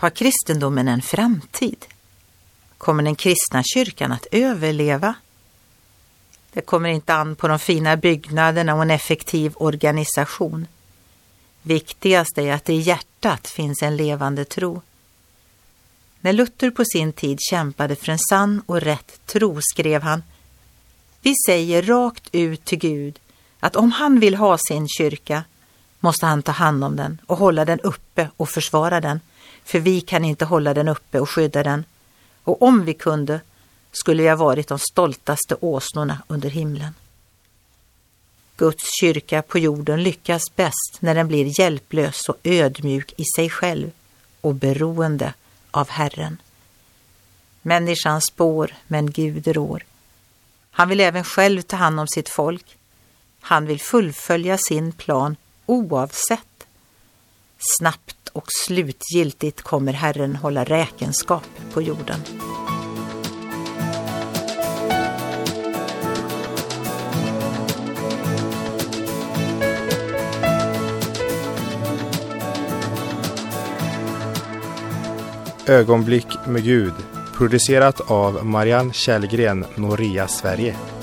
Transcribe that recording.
Har kristendomen en framtid? Kommer den kristna kyrkan att överleva? Det kommer inte an på de fina byggnaderna och en effektiv organisation. Viktigast är att det i hjärtat finns en levande tro. När Luther på sin tid kämpade för en sann och rätt tro skrev han: Vi säger rakt ut till Gud att om han vill ha sin kyrka måste han ta hand om den och hålla den uppe och försvara den, för vi kan inte hålla den uppe och skydda den. Och om vi kunde skulle vi ha varit de stoltaste åsnorna under himlen. Guds kyrka på jorden lyckas bäst när den blir hjälplös och ödmjuk i sig själv och beroende av Herren. Människan spår, men Gud rår. Han vill även själv ta hand om sitt folk. Han vill fullfölja sin plan oavsett. Snabbt och slutgiltigt kommer Herren hålla räkenskap på jorden. Ögonblick med Gud, producerat av Marianne Källgren, Noria, Sverige.